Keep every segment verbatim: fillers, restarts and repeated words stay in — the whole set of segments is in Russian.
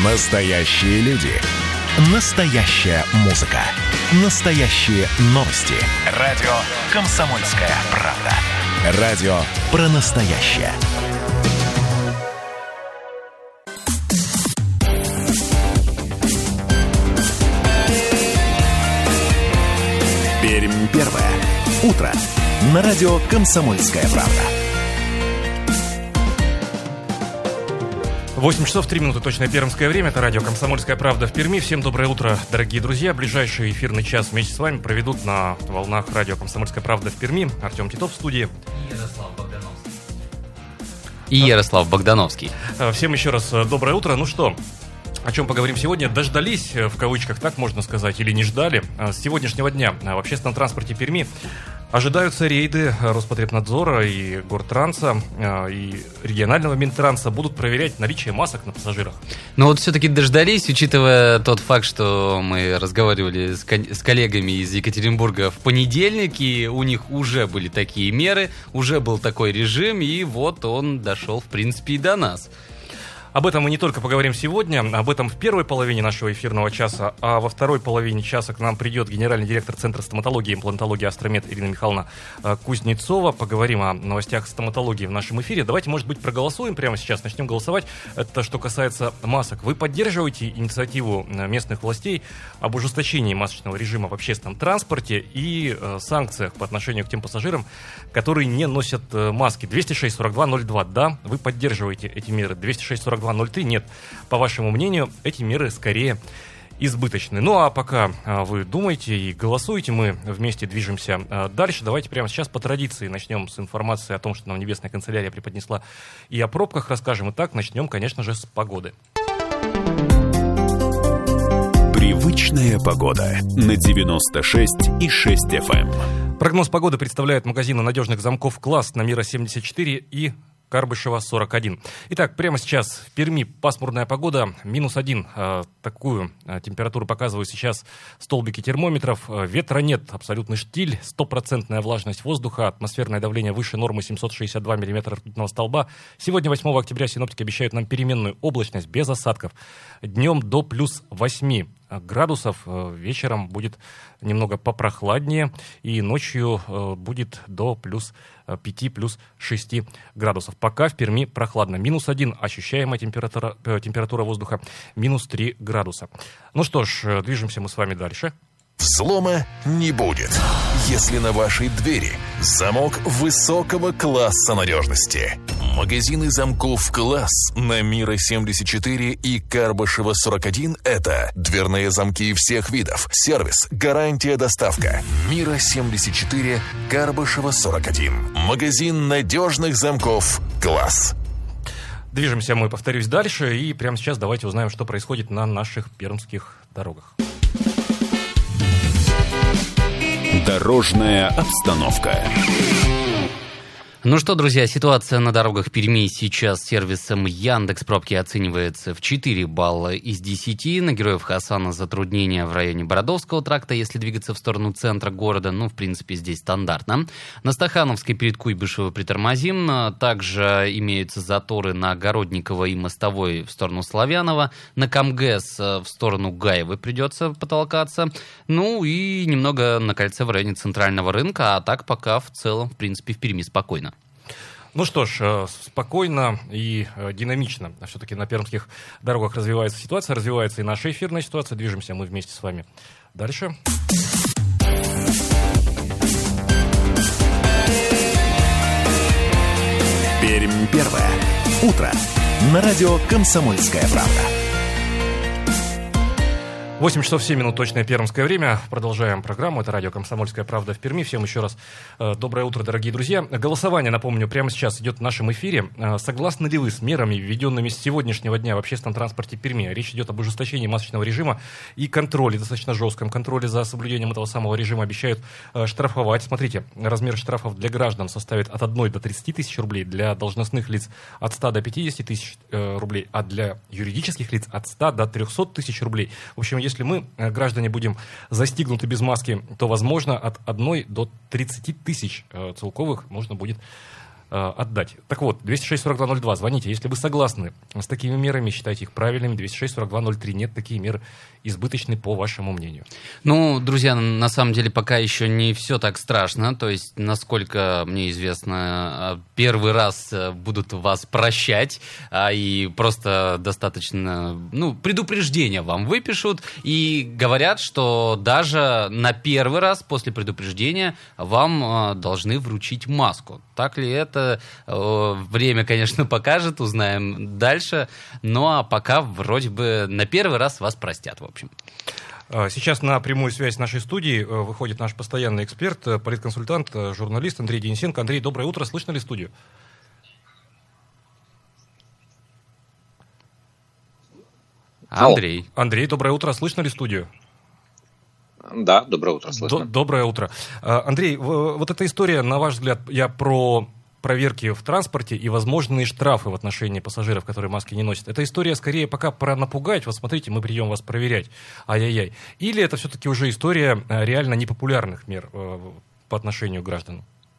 Настоящие люди. Настоящая музыка. Настоящие новости. Радио «Комсомольская правда». Радио про настоящее. Пермь первое. Утро. На радио «Комсомольская правда». восемь часов три минуты, точное пермское время. Это радио «Комсомольская правда» в Перми. Всем доброе утро, дорогие друзья. Ближайший эфирный час вместе с вами проведут на волнах радио «Комсомольская правда» в Перми Артем Титов в студии. И Ярослав Богдановский. И Ярослав Богдановский. Всем еще раз доброе утро. Ну что, о чем поговорим сегодня? Дождались, в кавычках, так можно сказать, или не ждали. С сегодняшнего дня в общественном транспорте Перми ожидаются рейды Роспотребнадзора и Гортранса, и регионального Минтранса будут проверять наличие масок на пассажирах. Но вот все-таки дождались, учитывая тот факт, что мы разговаривали с, ко- с коллегами из Екатеринбурга в понедельник, и у них уже были такие меры, уже был такой режим, и вот он дошел, в принципе, и до нас. Об этом мы не только поговорим сегодня, об этом в первой половине нашего эфирного часа, а во второй половине часа к нам придет генеральный директор Центра стоматологии и имплантологии «Астромед» Ирина Михайловна Кузнецова. Поговорим о новостях стоматологии в нашем эфире. Давайте, может быть, проголосуем прямо сейчас, начнем голосовать. Это что касается масок. Вы поддерживаете инициативу местных властей об ужесточении масочного режима в общественном транспорте и э, санкциях по отношению к тем пассажирам, которые не носят э, маски? двести шесть сорок два ноль два. Да, вы поддерживаете эти меры. двести шесть сорок два ноль три. Нет, по вашему мнению, эти меры скорее избыточны. Ну а пока а, вы думаете и голосуете, мы вместе движемся а, дальше. Давайте прямо сейчас по традиции начнем с информации о том, что нам Небесная канцелярия преподнесла, и о пробках расскажем. Итак, начнем, конечно же, с погоды. Привычная погода на девяносто шесть и шесть эф эм. Прогноз погоды представляет магазины надежных замков «Класс» на Мира семьдесят четыре и Карбышева сорок один. Итак, прямо сейчас в Перми пасмурная погода, минус один. Э, такую э, температуру показывают сейчас столбики термометров. Э, ветра нет, абсолютный штиль, стопроцентная влажность воздуха, атмосферное давление выше нормы семьсот шестьдесят два миллиметра ртутного столба. Сегодня, восьмого октября, синоптики обещают нам переменную облачность без осадков. Днем до плюс восемь градусов, вечером будет немного попрохладнее, и ночью будет до плюс пять, плюс шесть градусов. Пока в Перми прохладно. Минус один ощущаемая температура, температура воздуха, минус три градуса. Ну что ж, движемся мы с вами дальше. Взлома не будет, если на вашей двери замок высокого класса надежности. Магазины замков «Класс» на Мира семьдесят четыре и Карбышева сорок один – это дверные замки всех видов, сервис, гарантия, доставка. Мира семьдесят четыре, Карбышева сорок один. Магазин надежных замков «Класс». Движемся мы, повторюсь, дальше, и прямо сейчас давайте узнаем, что происходит на наших пермских дорогах. Дорожная обстановка. Ну что, друзья, ситуация на дорогах Перми сейчас сервисом Яндекс.Пробки оценивается в четыре балла из десяти. На Героев Хасана затруднения в районе Бородовского тракта, если двигаться в сторону центра города. Ну, в принципе, здесь стандартно. На Стахановской перед Куйбышево притормозим. Также имеются заторы на Огородниково и Мостовой в сторону Славянова. На КамГЭС в сторону Гаевой придется потолкаться. Ну и немного на кольце в районе Центрального рынка. А так пока в целом, в принципе, в Перми спокойно. Ну что ж, спокойно и динамично все-таки на пермских дорогах развивается ситуация, развивается и наша эфирная ситуация. Движемся мы вместе с вами дальше. Пермь первое. Утро. На радио «Комсомольская правда». восемь часов семь минут, точное пермское время. Продолжаем программу. Это радио «Комсомольская правда» в Перми. Всем еще раз э, доброе утро, дорогие друзья. Голосование, напомню, прямо сейчас идет в нашем эфире. Э, согласны ли вы с мерами, введенными с сегодняшнего дня в общественном транспорте Перми? Речь идет об ужесточении масочного режима и контроле, достаточно жестком контроле за соблюдением этого самого режима. Обещают э, штрафовать. Смотрите, размер штрафов для граждан составит от одной до тридцати тысяч рублей, для должностных лиц от ста до пятидесяти тысяч э, рублей, а для юридических лиц от ста до трехсот тысяч рублей. В общем, если мы, граждане, будем застигнуты без маски, то, возможно, от одной до тридцати тысяч э, целковых можно будет отдать. Так вот, двести шесть сорок два ноль два, звоните, если вы согласны с такими мерами, считайте их правильными. двести шесть сорок два ноль три, нет, такие меры избыточны, по вашему мнению. Ну, друзья, на самом деле пока еще не все так страшно. То есть, насколько мне известно, первый раз будут вас прощать, а и просто достаточно, ну, предупреждение вам выпишут. И говорят, что даже на первый раз после предупреждения вам должны вручить маску. Так ли это? Время, конечно, покажет, узнаем дальше. Ну, а пока вроде бы на первый раз вас простят, в общем. Сейчас на прямую связь с нашей студии выходит наш постоянный эксперт, политконсультант, журналист Андрей Денисенко. Андрей, доброе утро. Слышно ли студию? Андрей. Андрей, доброе утро. Слышно ли студию? Да, доброе утро. Слышно. Доброе утро. Андрей, вот эта история, на ваш взгляд, я про проверки в транспорте и возможные штрафы в отношении пассажиров, которые маски не носят. Эта история скорее пока про напугать. Вот смотрите, мы придем вас проверять. Ай-яй-яй. Или это все-таки уже история реально непопулярных мер по отношению к гражданам?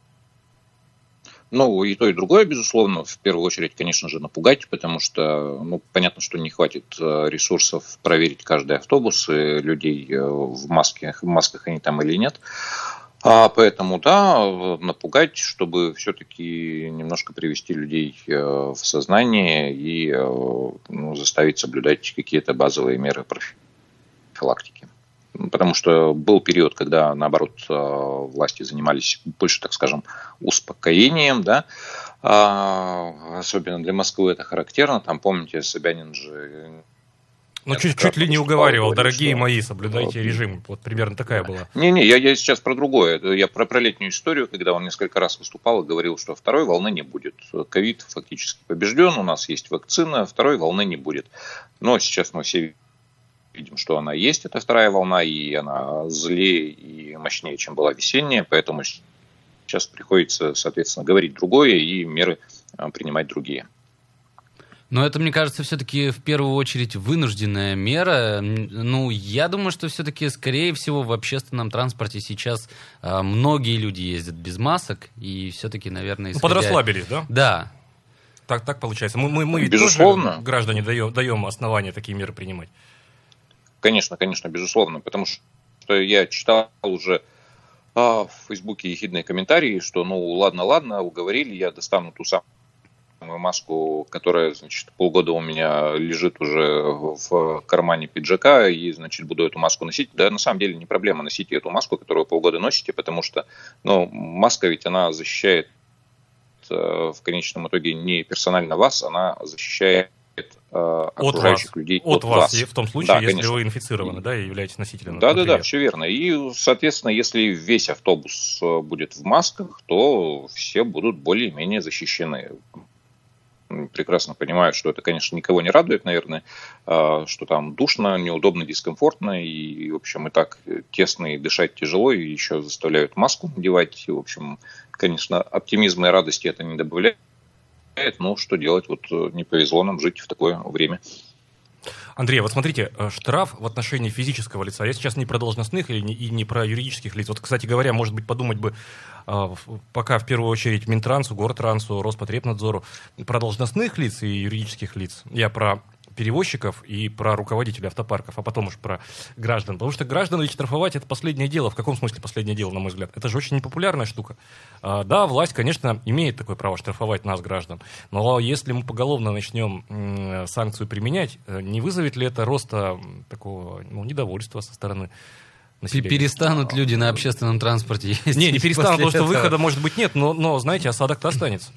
Ну, и то, и другое, безусловно. В первую очередь, конечно же, напугать, потому что, ну, понятно, что не хватит ресурсов проверить каждый автобус, и людей в масках, в масках они там или нет. А поэтому, да, напугать, чтобы все-таки немножко привести людей в сознание и, ну, заставить соблюдать какие-то базовые меры профилактики. Потому что был период, когда, наоборот, власти занимались больше, так скажем, успокоением, да. Особенно для Москвы это характерно. Там, помните, Собянин же... Ну, чуть, чуть ли не уговаривал, говорил, дорогие что... мои, соблюдайте режим. Вот примерно такая была. Не-не, я, я сейчас про другое. Я про, про летнюю историю, когда он несколько раз выступал и говорил, что второй волны не будет. Ковид фактически побежден, у нас есть вакцина, второй волны не будет. Но сейчас мы все видим, что она есть, эта вторая волна, и она злее и мощнее, чем была весенняя, поэтому сейчас приходится, соответственно, говорить другое и меры принимать другие. Но это, мне кажется, все-таки в первую очередь вынужденная мера. Ну, я думаю, что все-таки, скорее всего, в общественном транспорте сейчас а, многие люди ездят без масок, и все-таки, наверное... Исходя... Ну, подрасслабились, да? Да. Так, так получается. Мы, мы, мы ведь безусловно. Тоже, граждане, даем, даем основания такие меры принимать. Конечно, конечно, безусловно, потому что я читал уже а, в Фейсбуке ехидные комментарии, что, ну, ладно-ладно, уговорили, я достану ту самую маску, которая, значит, полгода у меня лежит уже в кармане пиджака, и, значит, буду эту маску носить. Да, на самом деле не проблема, носите эту маску, которую вы полгода носите, потому что, ну, маска ведь она защищает э, в конечном итоге не персонально вас, она защищает э, окружающих от людей от, от вас. вас. В том случае, да, если конечно. Вы инфицированы, да, и являетесь носителем. Да, да, да, все верно. И, соответственно, если весь автобус будет в масках, то все будут более-менее защищены. Прекрасно понимаю, что это, конечно, никого не радует, наверное, что там душно, неудобно, дискомфортно, и, в общем, и так тесно, и дышать тяжело, и еще заставляют маску надевать. И, в общем, конечно, оптимизма и радости это не добавляет, но что делать, вот не повезло нам жить в такое время. Андрей, вот смотрите, штраф в отношении физического лица, я сейчас не про должностных и не, и не про юридических лиц. Вот, кстати говоря, может быть, подумать бы пока в первую очередь Минтрансу, Гортрансу, Роспотребнадзору, про должностных лиц и юридических лиц. Я про перевозчиков и про руководителей автопарков, а потом уж про граждан. Потому что граждан ведь штрафовать — это последнее дело. В каком смысле последнее дело, на мой взгляд? Это же очень непопулярная штука. А, да, власть, конечно, имеет такое право штрафовать нас, граждан. Но если мы поголовно начнем м, санкцию применять, не вызовет ли это роста такого, ну, недовольства со стороны населения? Перестанут люди на общественном транспорте ездить? Не, не перестанут, потому что выхода, может быть, нет, но, но знаете, осадок-то останется.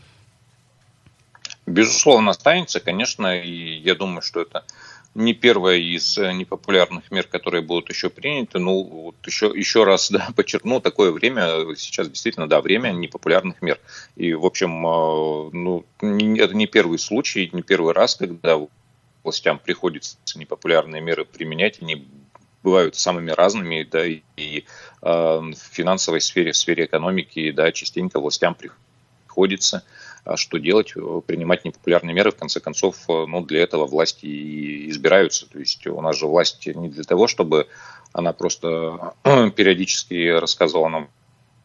Безусловно, останется, конечно, и я думаю, что это не первая из непопулярных мер, которые будут еще приняты. Ну, вот еще, еще раз, да, подчеркну, такое время, сейчас действительно, да, время непопулярных мер. И, в общем, ну, это не первый случай, не первый раз, когда властям приходится непопулярные меры применять, они бывают самыми разными, да, и, и э, в финансовой сфере, в сфере экономики, да, частенько властям приходится что делать, принимать непопулярные меры, в конце концов, ну, для этого власти и избираются. То есть у нас же власть не для того, чтобы она просто периодически рассказывала нам в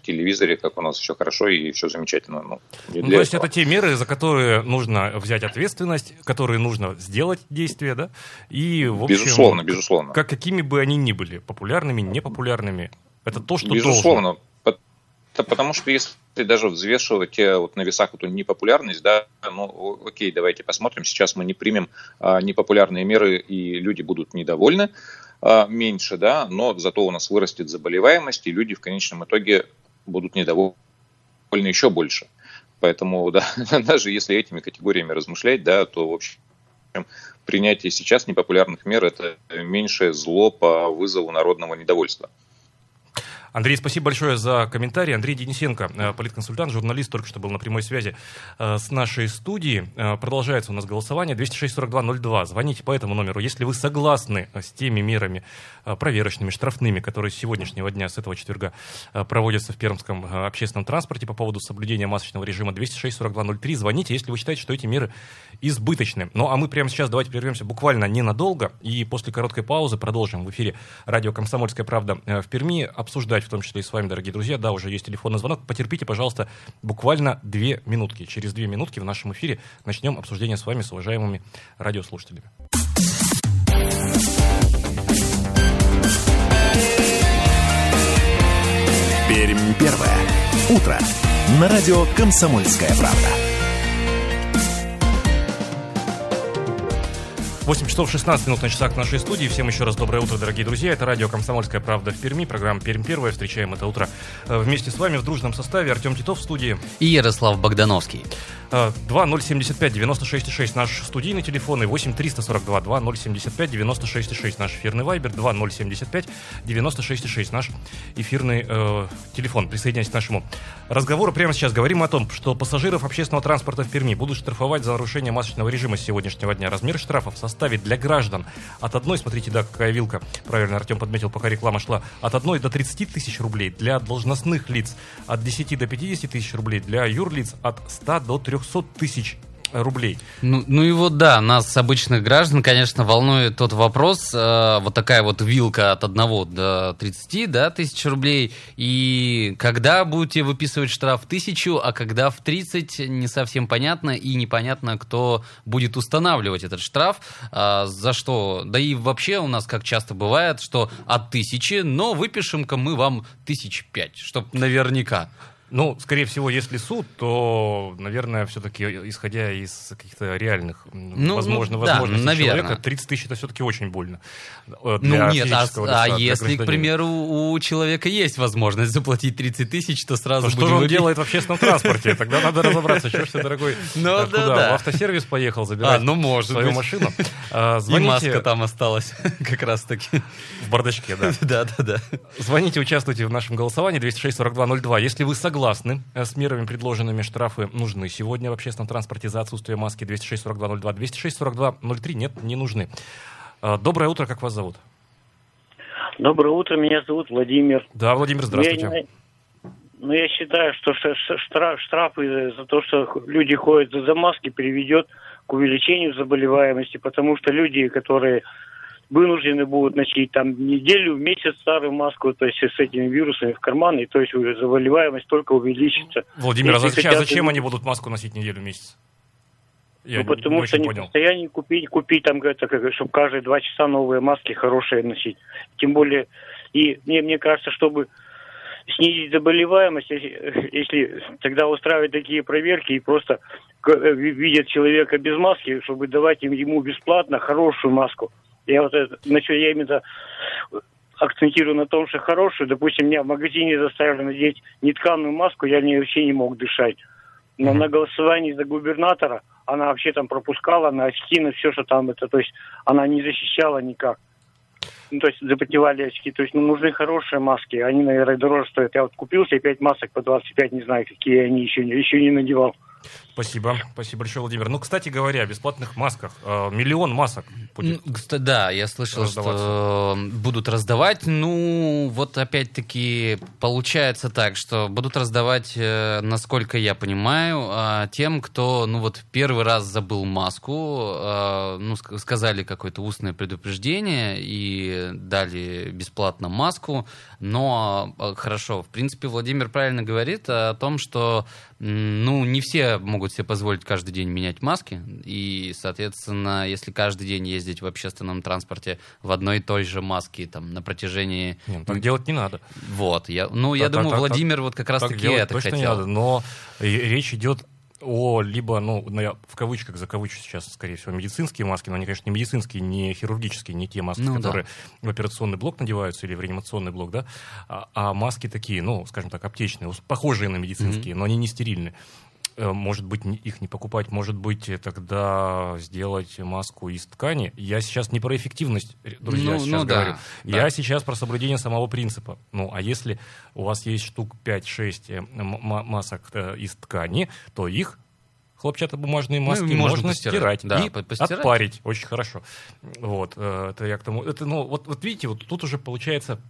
телевизоре, как у нас все хорошо и все замечательно. Ну, ну, то есть этого. Это те меры, за которые нужно взять ответственность, которые нужно сделать действия, да? И, в общем, безусловно, безусловно. Как, какими бы они ни были, популярными, непопулярными, это то, что безусловно. должно. Потому что если даже взвешивать вот на весах эту непопулярность, да, ну окей, давайте посмотрим, сейчас мы не примем а, непопулярные меры, и люди будут недовольны а, меньше, да, но зато у нас вырастет заболеваемость, и люди в конечном итоге будут недовольны еще больше. Поэтому, да, даже если этими категориями размышлять, да, то, в общем, принятие сейчас непопулярных мер – это меньшее зло по вызову народного недовольства. Андрей, спасибо большое за комментарий. Андрей Денисенко, политконсультант, журналист, только что был на прямой связи с нашей студией. Продолжается у нас голосование. двести шесть сорок два ноль два. Звоните по этому номеру, если вы согласны с теми мерами проверочными, штрафными, которые с сегодняшнего дня, с этого четверга, проводятся в Пермском общественном транспорте по поводу соблюдения масочного режима. двести шесть сорок два ноль три. Звоните, если вы считаете, что эти меры избыточны. Ну, а мы прямо сейчас давайте прервемся буквально ненадолго и после короткой паузы продолжим в эфире радио «Комсомольская правда» в Перми обсуждать, в том числе и с вами, дорогие друзья. Да, уже есть телефонный звонок. Потерпите, пожалуйста, буквально две минутки. Через две минутки в нашем эфире начнем обсуждение с вами, с уважаемыми радиослушателями. Пермь первое. Утро. На радио «Комсомольская правда». восемь часов шестнадцать минут на часах нашей студии. Всем еще раз доброе утро, дорогие друзья. Это радио «Комсомольская правда» в Перми. Программа «Пермь первая». Встречаем это утро вместе с вами в дружном составе. Артем Титов в студии. И Ярослав Богдановский. два ноль семьдесят пять девяносто шесть шесть наш студийный телефон и восемь триста сорок два два ноль семьдесят пять девяносто шесть шесть наш эфирный вайбер, два ноль семьдесят пять девяносто шесть шесть наш эфирный э, телефон. Присоединяйтесь к нашему разговору. Прямо сейчас говорим о том, что пассажиров общественного транспорта в Перми будут штрафовать за нарушение масочного режима с сегодняшнего дня. Размер штрафов составит для граждан от одной, смотрите, да, какая вилка, правильно Артем подметил, пока реклама шла, от одной до тридцати тысяч рублей, для должностных лиц от десяти до пятидесяти тысяч рублей, для юрлиц от ста до трехсот тысяч рублей. Ну, ну и вот да, нас, обычных граждан, конечно, волнует тот вопрос, э, вот такая вот вилка от одного до тридцати, да, тысяч рублей, и когда будете выписывать штраф в тысячу, а когда в тридцать, не совсем понятно, и непонятно, кто будет устанавливать этот штраф, э, за что, да и вообще у нас, как часто бывает, что от тысячи, но выпишем-ка мы вам тысяч пять, чтоб наверняка. Ну, скорее всего, если суд, то, наверное, все-таки, исходя из каких-то реальных, ну, возможно, ну, да, возможностей наверное. человека, тридцать тысяч это все-таки очень больно. Ну нет, а, лица, а если, к примеру, у человека есть возможность заплатить тридцать тысяч, то сразу то будем... Что же он выпить... делает в общественном транспорте? Тогда надо разобраться, что ж ты, дорогой, ну, куда? Да, да. В автосервис поехал забирать а, ну, может свою быть. машину. И маска там осталась как раз-таки. В бардачке, да. Да, да, да. Звоните, участвуйте в нашем голосовании двести шесть сорок два ноль два. Если вы согласны с мерами, предложенными, штрафы нужны сегодня в общественном транспорте за отсутствие маски. Двести шесть сорок два ноль два. двести шесть сорок два ноль три. Нет, не нужны. Доброе утро, как вас зовут? Доброе утро, меня зовут Владимир. Да, Владимир, здравствуйте. Я, ну, я считаю, что штраф, штрафы за то, что люди ходят за маски, приведет к увеличению заболеваемости, потому что люди, которые вынуждены будут носить там неделю, месяц старую маску, то есть с этими вирусами в кармане, то есть уже заболеваемость только увеличится. Владимир, а зачем, зачем они будут маску носить неделю, месяц? Я ну, потому что не в состоянии купить, купить там, это, как, чтобы каждые два часа новые маски хорошие носить. Тем более, и мне, мне кажется, чтобы снизить заболеваемость, если, если тогда устраивать такие проверки и просто видят человека без маски, чтобы давать им, ему бесплатно хорошую маску. Я вот это, значит, я именно акцентирую на том, что хорошую. Допустим, меня в магазине заставили надеть нетканую маску, я в ней вообще не мог дышать. Но mm-hmm. на голосовании за губернатора она вообще там пропускала на очки, на все, что там это, то есть она не защищала никак. Ну, то есть запотевали очки. То есть ну, нужны хорошие маски, они, наверное, дороже стоят. Я вот купил себе пять масок по двадцать пять, не знаю, какие они еще, еще не надевал. Спасибо. Спасибо большое, Владимир. Ну, кстати говоря, о бесплатных масках. Э, миллион масок будет. Да, я слышал, что будут раздавать. Ну, вот опять-таки получается так, что будут раздавать, насколько я понимаю, тем, кто, ну вот, первый раз забыл маску, ну, сказали какое-то устное предупреждение и дали бесплатно маску. Но, хорошо, в принципе, Владимир правильно говорит о том, что, ну, не все могут себе позволить каждый день менять маски, и, соответственно, если каждый день ездить в общественном транспорте в одной и той же маске там, на протяжении... Нет, так делать не надо. Вот, я, ну, так, я так, думаю, так, Владимир так, вот как раз-таки это точно хотел. Не надо, но речь идет о либо, ну, я в кавычках закавычу сейчас, скорее всего, медицинские маски, но они, конечно, не медицинские, не хирургические, не те маски, ну, которые да. в операционный блок надеваются или в реанимационный блок, да, а, а маски такие, ну, скажем так, аптечные, похожие на медицинские, mm-hmm. но они не стерильные. Может быть, их не покупать, может быть, тогда сделать маску из ткани. Я сейчас не про эффективность, друзья, ну, сейчас ну, говорю. Да, Я да. сейчас про соблюдение самого принципа. Ну, а если у вас есть штук пять-шесть масок из ткани, то их хлопчатобумажные маски ну, можно, можно стирать да, и постирать. Отпарить. Очень хорошо. Вот, это я к тому... Это, ну, вот, вот видите, вот тут уже получается...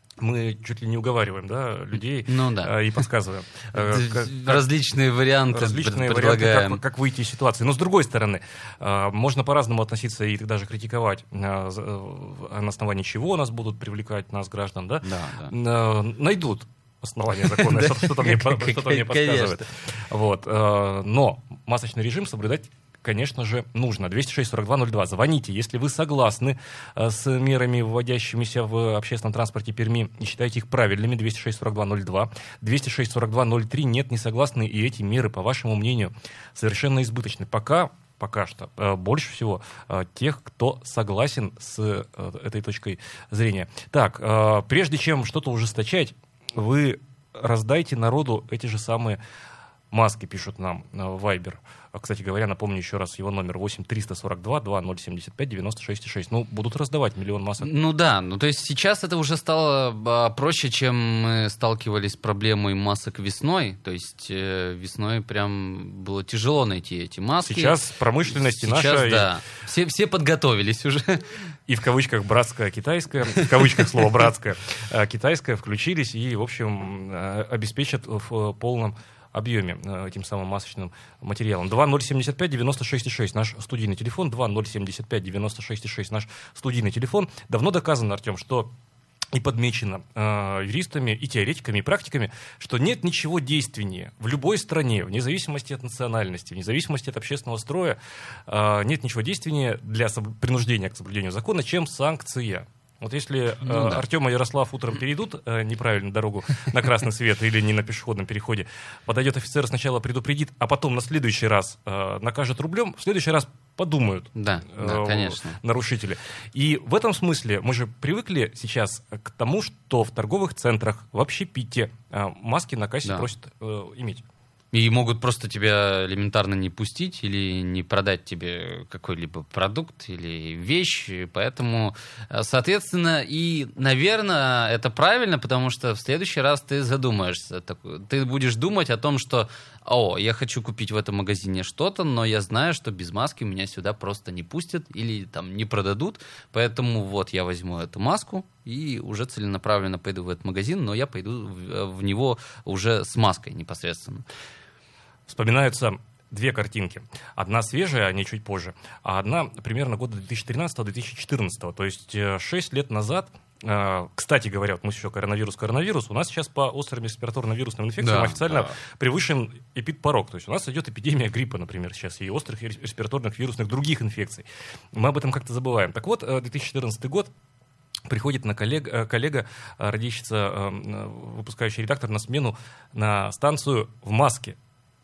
Мы чуть ли не уговариваем, да, людей ну, да. и подсказываем. Как, различные варианты различные предлагаем. Варианты, как, как выйти из ситуации. Но с другой стороны, можно по-разному относиться и даже критиковать, на основании чего нас будут привлекать, нас, граждан, да? Да, да. Найдут основания закона, что-то мне подсказывает. Вот. Но масочный режим соблюдать, конечно же, нужно. двести шесть сорок два ноль два. Звоните, если вы согласны э, с мерами, вводящимися в общественном транспорте Перми, и считаете их правильными. двести шесть сорок два ноль два. двести шесть сорок два ноль три. Нет, не согласны, и эти меры, по вашему мнению, совершенно избыточны. Пока, пока что, э, больше всего э, тех, кто согласен с э, этой точкой зрения. Так, э, прежде чем что-то ужесточать, вы раздайте народу эти же самые маски, пишут нам в Viber. Кстати говоря, напомню еще раз его номер восемь триста сорок два двадцать ноль семьдесят пять девяносто шесть шесть. Ну, будут раздавать миллион масок. Ну да, ну то есть сейчас это уже стало а, проще, чем мы сталкивались с проблемой масок весной. То есть э, весной прям было тяжело найти эти маски. Сейчас промышленность сейчас, наша... да. И... Все, все подготовились уже. И в кавычках братская китайская, в кавычках слово братская, китайская включились и, в общем, обеспечат в полном объеме этим самым масочным материалом. два ноль семьдесят пять девяносто шесть шесть наш студийный телефон, два ноль семьдесят пять девяносто шесть шесть наш студийный телефон. Давно доказано, Артем, что и подмечено э, юристами, и теоретиками, и практиками, что нет ничего действеннее в любой стране, вне зависимости от национальности, вне зависимости от общественного строя, э, нет ничего действеннее для соб- принуждения к соблюдению закона, чем санкция. Вот если ну, э, да. Артем и Ярослав утром перейдут э, неправильно дорогу на красный свет или не на пешеходном переходе, подойдет офицер, сначала предупредит, а потом на следующий раз э, накажет рублем, в следующий раз подумают да, э, да, конечно. нарушители. И в этом смысле мы же привыкли сейчас к тому, что в торговых центрах, в общепите э, маски на кассе да. просят э, иметь. И могут просто тебя элементарно не пустить или не продать тебе какой-либо продукт или вещь. Поэтому, соответственно, и, наверное, это правильно, потому что в следующий раз ты задумаешься. Ты будешь думать о том, что «О, я хочу купить в этом магазине что-то, но я знаю, что без маски меня сюда просто не пустят или там не продадут, поэтому вот я возьму эту маску и уже целенаправленно пойду в этот магазин, но я пойду в, в него уже с маской непосредственно». Вспоминаются две картинки. Одна свежая, а не чуть позже, а одна примерно года две тысячи тринадцатого - две тысячи четырнадцатого. То есть шесть лет назад, кстати говоря, вот мы еще коронавирус, коронавирус, у нас сейчас по острым респираторно-вирусным инфекциям да, официально да. превышен эпидпорог. То есть у нас идет эпидемия гриппа, например, сейчас, и острых респираторных вирусных других инфекций. Мы об этом как-то забываем. Так вот, две тысячи четырнадцатый год. Приходит на коллега, коллега, радищица, выпускающий редактор, на смену на станцию в маске.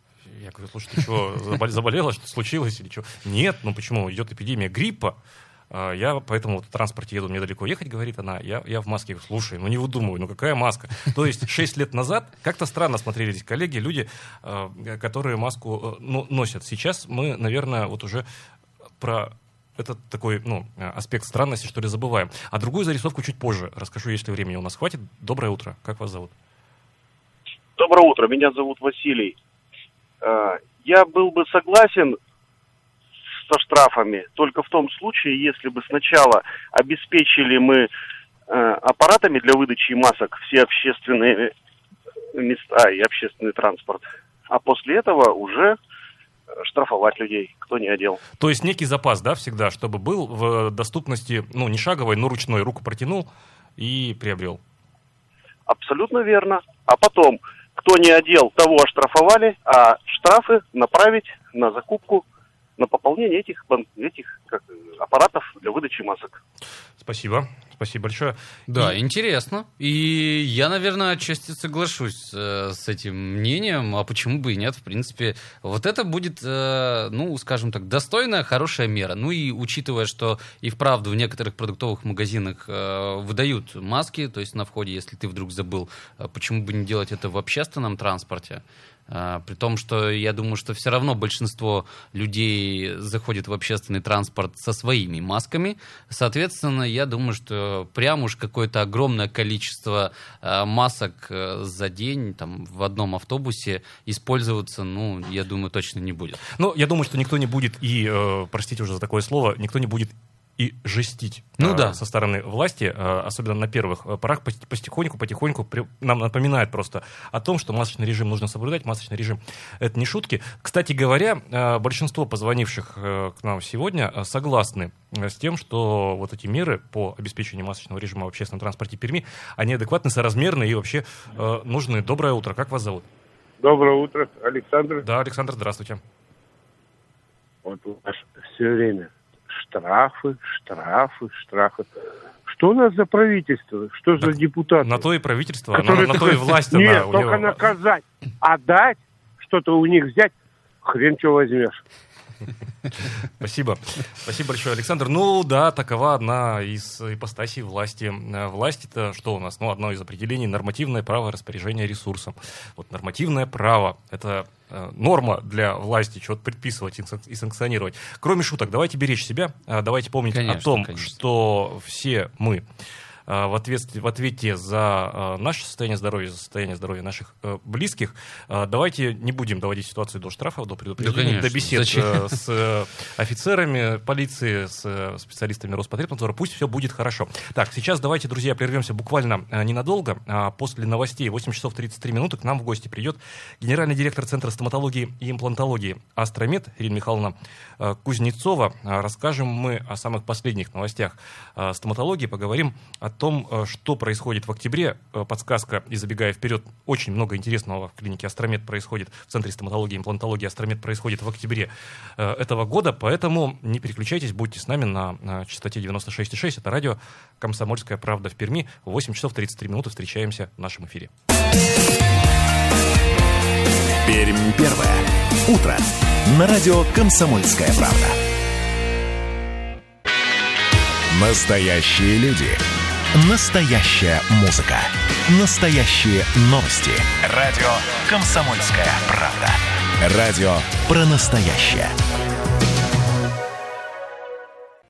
Я говорю, слушай, ты что, заболела, что случилось или что? Нет, ну почему, идет эпидемия гриппа, я поэтому вот в транспорте еду, мне далеко ехать, говорит она, я, я в маске. Слушай, ну не выдумывай, ну какая маска? То есть шесть лет назад как-то странно смотрелись коллеги, люди, которые маску ну, носят. Сейчас мы, наверное, вот уже про этот такой ну, аспект странности, что ли, забываем. А другую зарисовку чуть позже расскажу, если времени у нас хватит. Доброе утро, как вас зовут? Доброе утро, меня зовут Василий. я был бы согласен со штрафами только в том случае, если бы сначала обеспечили мы э, аппаратами для выдачи масок все общественные места и общественный транспорт, а после этого уже штрафовать людей, кто не одел. То есть некий запас, да, всегда, чтобы был в доступности, ну, не шаговой, но ручной, руку протянул и приобрел. Абсолютно верно. А потом, кто не одел, того оштрафовали, а штрафы направить на закупку, на пополнение этих, этих как, аппаратов для выдачи масок. Спасибо. Спасибо большое. Да, и... интересно. И я, наверное, отчасти соглашусь э, с этим мнением, а почему бы и нет, в принципе. Вот это будет, э, ну, скажем так, достойная, хорошая мера. Ну и учитывая, что и вправду в некоторых продуктовых магазинах э, выдают маски, то есть на входе, если ты вдруг забыл, э, почему бы не делать это в общественном транспорте? При том, что я думаю, что все равно большинство людей заходит в общественный транспорт со своими масками. Соответственно, я думаю, что прям уж какое-то огромное количество масок за день там, в одном автобусе использоваться, ну, я думаю, точно не будет. Ну, я думаю, что никто не будет, и, э, простите уже за такое слово, никто не будет и жестить ну, э, да. со стороны власти, э, особенно на первых порах, потихоньку, потихоньку при, нам напоминает просто о том, что масочный режим нужно соблюдать, масочный режим — это не шутки. Кстати говоря, э, большинство позвонивших э, к нам сегодня э, согласны э, с тем, что вот эти меры по обеспечению масочного режима в общественном транспорте Перми, они адекватны, соразмерны и вообще э, нужны. Доброе утро, как вас зовут? Доброе утро, Александр. Да, Александр, здравствуйте. Вот у нас все время штрафы, штрафы, штрафы. Что у нас за правительство? Что так за депутаты? На то и правительство, на, на то и власть. Нет, она, только него... наказать. А дать, что-то у них взять, хрен что возьмешь. Спасибо. Спасибо большое, Александр. Ну да, такова одна из ипостасей власти. Власть — это что у нас? Ну, одно из определений — нормативное право распоряжения ресурсом. Вот нормативное право — это э, норма для власти, что-то предписывать и санкционировать. Кроме шуток, давайте беречь себя, давайте помнить конечно, о том, конечно. что все мы в ответе, в ответе за наше состояние здоровья, за состояние здоровья наших близких. Давайте не будем доводить ситуацию до штрафов, до предупреждений, да, до бесед Зачем? с офицерами полиции, с специалистами Роспотребнадзора. Пусть все будет хорошо. Так, сейчас давайте, друзья, прервемся буквально ненадолго. После новостей восемь часов тридцать три минуты к нам в гости придет генеральный директор Центра стоматологии и имплантологии «Астромед» Ирина Михайловна Кузнецова. Расскажем мы о самых последних новостях стоматологии, поговорим о том, что происходит в октябре. Подсказка, и забегая вперед, очень много интересного в клинике «Астромед» происходит, в Центре стоматологии и имплантологии «Астромед» происходит в октябре этого года, поэтому не переключайтесь, будьте с нами на, на частоте девяносто шесть и шесть. Это радио «Комсомольская правда» в Перми. В восемь часов тридцать три минуты встречаемся в нашем эфире. Пермь первое. Утро. На радио «Комсомольская правда». Настоящие люди. Настоящая музыка. Настоящие новости. Радио «Комсомольская правда». Радио про настоящее.